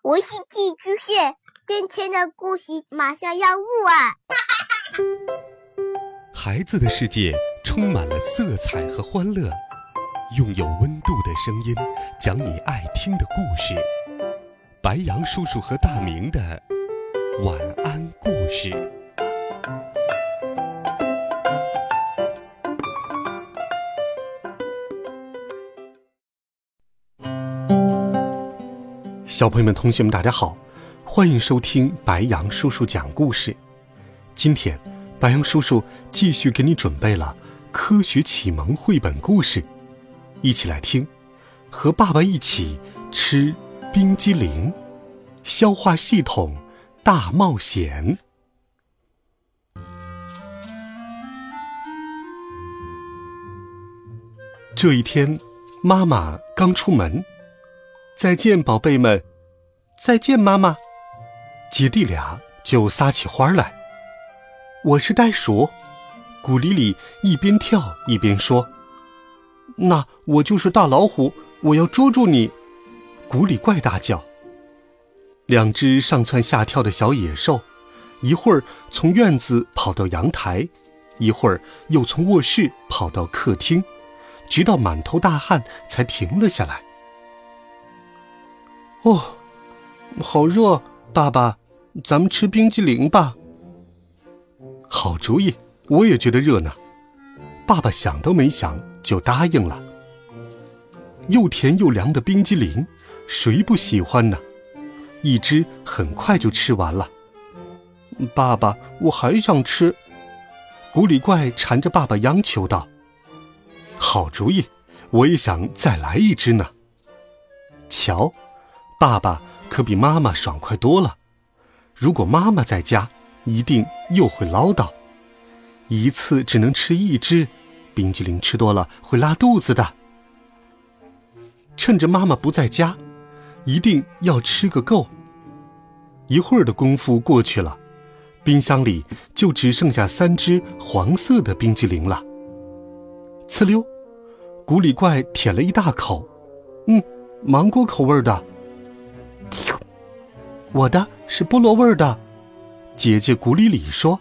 我是寄居蟹，今天的故事马上要录啊！ 孩子的世界充满了色彩和欢乐，用有温度的声音讲你爱听的故事。白羊叔叔和大明的晚安故事。小朋友们、同学们，大家好，欢迎收听白羊叔叔讲故事。今天白羊叔叔继续给你准备了科学启蒙绘本故事，一起来听和爸爸一起吃冰激凌，消化系统大冒险。这一天，妈妈刚出门，再见宝贝们，再见妈妈。姐弟俩就撒起欢来。我是袋鼠，古里里一边跳一边说。那我就是大老虎，我要捉住你，古里怪大叫。两只上蹿下跳的小野兽，一会儿从院子跑到阳台，一会儿又从卧室跑到客厅，直到满头大汗才停了下来。哦，好热，爸爸，咱们吃冰激凌吧。好主意，我也觉得热呢。爸爸想都没想就答应了。又甜又凉的冰激凌，谁不喜欢呢？一只很快就吃完了。爸爸，我还想吃。古里怪缠着爸爸央求道。好主意，我也想再来一只呢。瞧，爸爸可比妈妈爽快多了。如果妈妈在家，一定又会唠叨，一次只能吃一只，冰激凌吃多了会拉肚子的。趁着妈妈不在家，一定要吃个够。一会儿的功夫过去了，冰箱里就只剩下3只黄色的冰激凌了。呲溜，古里怪舔了一大口，芒果口味的。我的是菠萝味的，姐姐古里里说。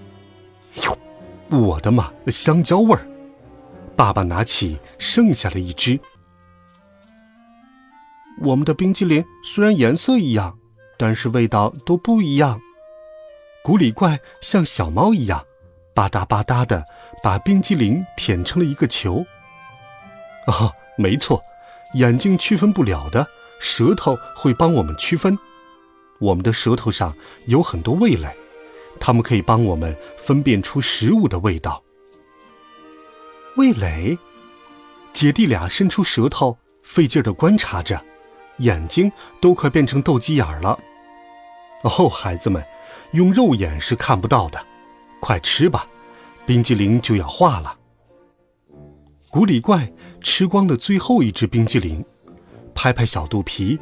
我的嘛，香蕉味儿。爸爸拿起剩下的一只。我们的冰激凌虽然颜色一样，但是味道都不一样。古里怪像小猫一样，吧嗒吧嗒的把冰激凌舔成了一个球。没错，眼睛区分不了的，舌头会帮我们区分。我们的舌头上有很多味蕾，它们可以帮我们分辨出食物的味道。味蕾？姐弟俩伸出舌头，费劲地观察着，眼睛都快变成斗鸡眼了。孩子们，用肉眼是看不到的，快吃吧，冰激凌就要化了。古里怪吃光了最后一只冰激凌，拍拍小肚皮，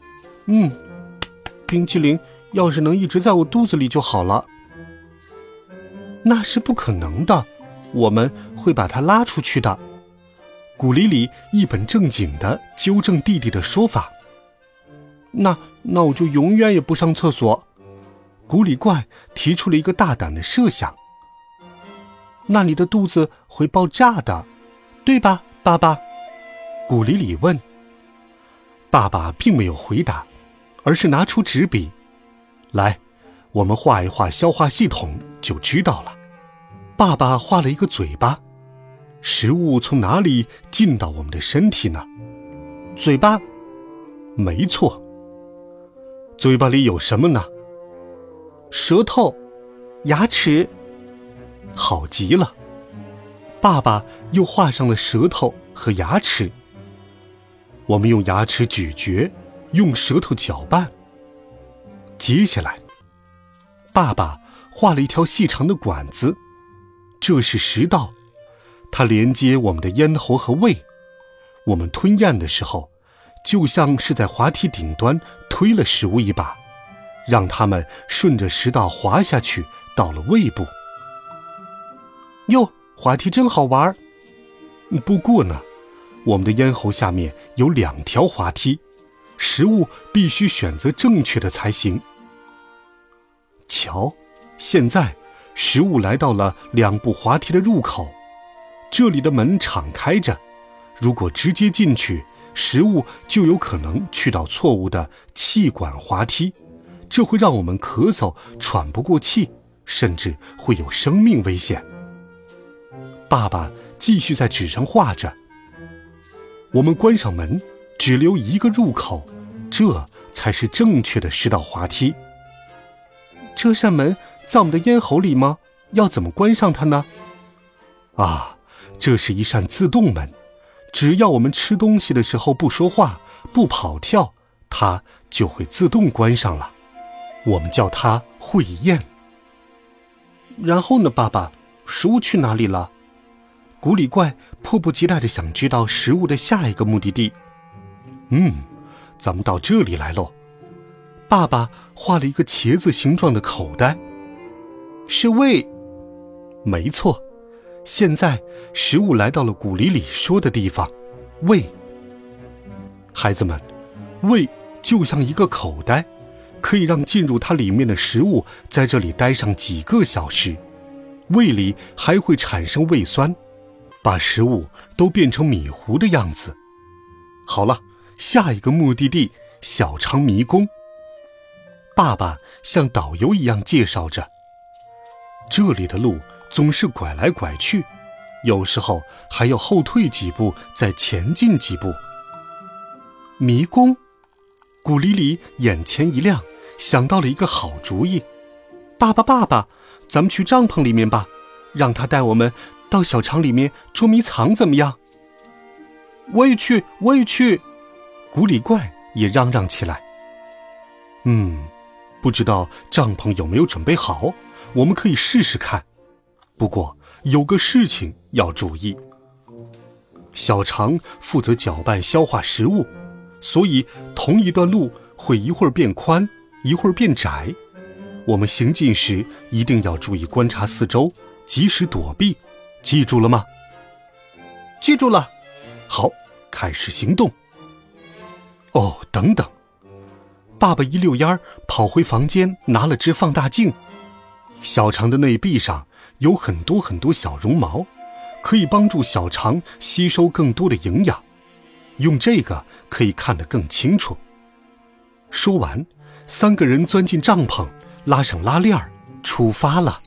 冰激凌要是能一直在我肚子里就好了。那是不可能的，我们会把它拉出去的。古里里一本正经地纠正弟弟的说法。那我就永远也不上厕所。古里怪提出了一个大胆的设想。那你的肚子会爆炸的，对吧，爸爸？古里里问。爸爸并没有回答，而是拿出纸笔。来，我们画一画消化系统就知道了。爸爸画了一个嘴巴，食物从哪里进到我们的身体呢？嘴巴。没错。嘴巴里有什么呢？舌头，牙齿。好极了。爸爸又画上了舌头和牙齿。我们用牙齿咀嚼，用舌头搅拌。接下来，爸爸画了一条细长的管子，这是食道，它连接我们的咽喉和胃。我们吞咽的时候，就像是在滑梯顶端推了食物一把，让它们顺着食道滑下去，到了胃部。哟，滑梯真好玩。不过呢，我们的咽喉下面有2条滑梯， 食物必须选择正确的才行。瞧，现在食物来到了2部滑梯的入口，这里的门敞开着，如果直接进去，食物就有可能去到错误的气管滑梯，这会让我们咳嗽、喘不过气，甚至会有生命危险。爸爸继续在纸上画着，我们关上门，只留一个入口，这才是正确的10道滑梯。这扇门在我们的咽喉里吗？要怎么关上它呢？啊，这是一扇自动门，只要我们吃东西的时候不说话、不跑跳，它就会自动关上了。我们叫它会咽。然后呢，爸爸，食物去哪里了？古里怪迫不及待地想知道食物的下一个目的地。咱们到这里来喽。爸爸画了一个茄子形状的口袋，是胃。没错，现在食物来到了古里里说的地方，胃。孩子们，胃就像一个口袋，可以让进入它里面的食物在这里待上几个小时，胃里还会产生胃酸，把食物都变成米糊的样子。好了，下一个目的地，小肠迷宫。爸爸像导游一样介绍着，这里的路总是拐来拐去，有时候还要后退几步再前进几步。迷宫，古里里眼前一亮，想到了一个好主意。爸爸，咱们去帐篷里面吧，让他带我们到小肠里面捉迷藏怎么样？我也去，古里怪也嚷嚷起来。不知道帐篷有没有准备好，我们可以试试看。不过有个事情要注意，小肠负责搅拌消化食物，所以同一段路会一会儿变宽，一会儿变窄。我们行进时一定要注意观察四周，及时躲避，记住了吗？记住了。好，开始行动。哦，等等。爸爸一溜烟儿跑回房间，拿了只放大镜。小肠的内壁上有很多小绒毛，可以帮助小肠吸收更多的营养，用这个可以看得更清楚。说完，3个人钻进帐篷，拉上拉链儿，出发了。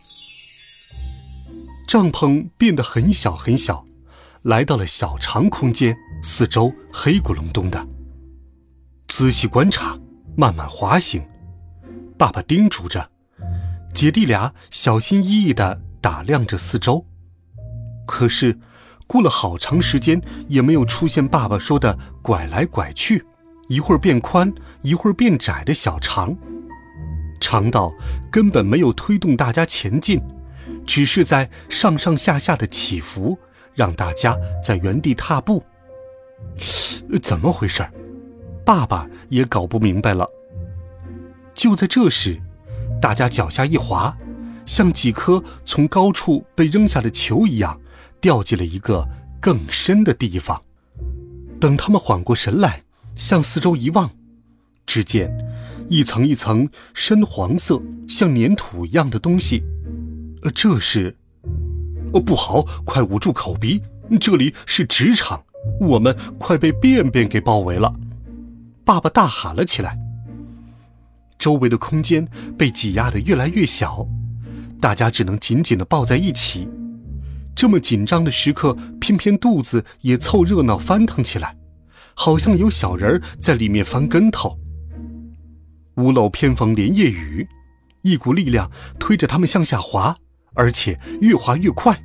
帐篷变得很小，来到了小肠空间，四周黑咕隆咚的。仔细观察，慢慢滑行。爸爸叮嘱着，姐弟俩小心翼翼地打量着四周。可是过了好长时间，也没有出现爸爸说的拐来拐去，一会儿变宽，一会儿变窄的小肠。肠道根本没有推动大家前进，只是在上上下下的起伏，让大家在原地踏步。怎么回事？爸爸也搞不明白了。就在这时，大家脚下一滑，像几颗从高处被扔下的球一样，掉进了一个更深的地方。等他们缓过神来，向四周一望，只见一层一层深黄色像粘土一样的东西。这是……不好，快捂住口鼻，这里是职场，我们快被便便给包围了。爸爸大喊了起来。周围的空间被挤压得越来越小，大家只能紧紧地抱在一起。这么紧张的时刻，偏偏肚子也凑热闹翻腾起来，好像有小人在里面翻跟头。屋漏偏逢连夜雨，一股力量推着他们向下滑，而且越滑越快。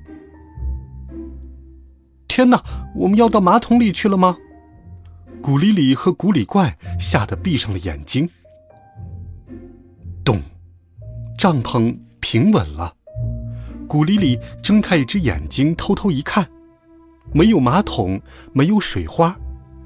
天哪，我们要到马桶里去了吗？古里里和古里怪吓得闭上了眼睛。咚，帐篷平稳了。古里里睁开一只眼睛，偷偷一看，没有马桶，没有水花。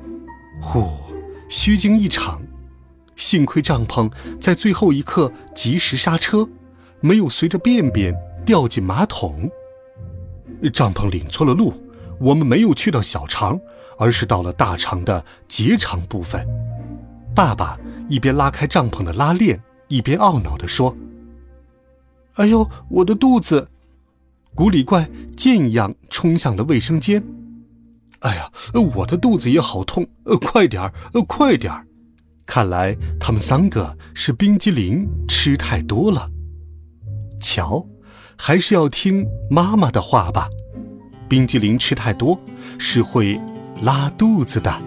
虚惊一场。幸亏帐篷在最后一刻及时刹车，没有随着便便掉进马桶。帐篷领错了路，我们没有去到小肠，而是到了大肠的结肠部分。 爸爸一边拉开帐篷的拉链，一边懊恼地说：“哎呦，我的肚子！”古里怪箭一样冲向了卫生间。哎呀，我的肚子也好痛，快点儿，快点儿！看来他们3个是冰激凌吃太多了。瞧，还是要听妈妈的话吧，冰激凌吃太多是会拉肚子的。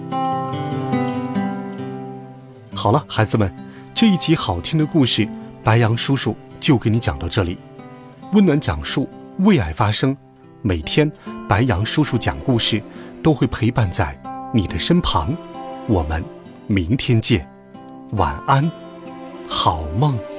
好了，孩子们，这一集好听的故事，白羊叔叔就给你讲到这里。温暖讲述，为爱发声，每天白羊叔叔讲故事都会陪伴在你的身旁。我们明天见，晚安，好梦。